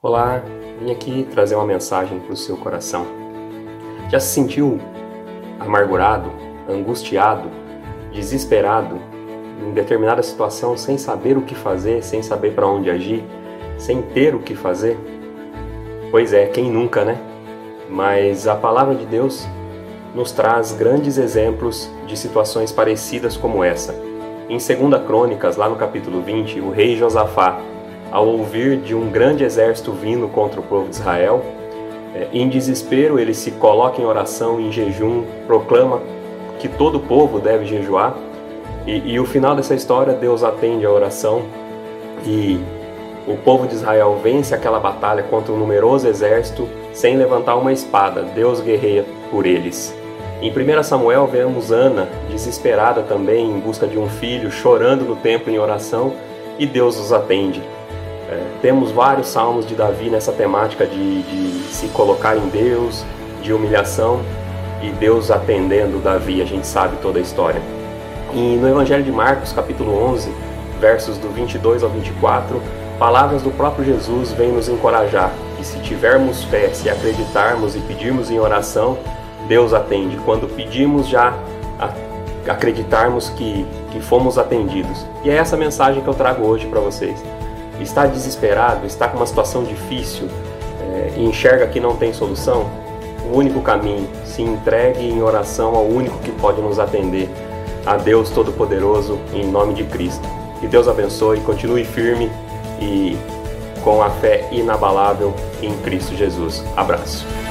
Olá, vim aqui trazer uma mensagem para o seu coração. Já se sentiu amargurado, angustiado, desesperado em determinada situação sem saber o que fazer, sem saber para onde agir, sem ter o que fazer? Pois é, quem nunca, né? Mas a palavra de Deus nos traz grandes exemplos de situações parecidas como essa. Em 2 Crônicas, lá no capítulo 20, o rei Josafá, ao ouvir de um grande exército vindo contra o povo de Israel, em desespero ele se coloca em oração, em jejum, proclama que todo o povo deve jejuar, e o final dessa história, Deus atende a oração e o povo de Israel vence aquela batalha contra um numeroso exército sem levantar uma espada. Deus guerreia por eles. Em 1 Samuel vemos Ana desesperada também em busca de um filho, chorando no templo em oração, e Deus os atende. Temos vários salmos de Davi nessa temática de se colocar em Deus, de humilhação, e Deus atendendo Davi, a gente sabe toda a história. E no Evangelho de Marcos, capítulo 11, versos do 22 ao 24, palavras do próprio Jesus vêm nos encorajar, que se tivermos fé, se acreditarmos e pedirmos em oração, Deus atende. Quando pedimos, já acreditarmos que fomos atendidos. E é essa mensagem que eu trago hoje para vocês. Está desesperado, está com uma situação difícil e enxerga que não tem solução? O único caminho, se entregue em oração ao único que pode nos atender, a Deus Todo-Poderoso, em nome de Cristo. Que Deus abençoe, continue firme e com a fé inabalável em Cristo Jesus. Abraço.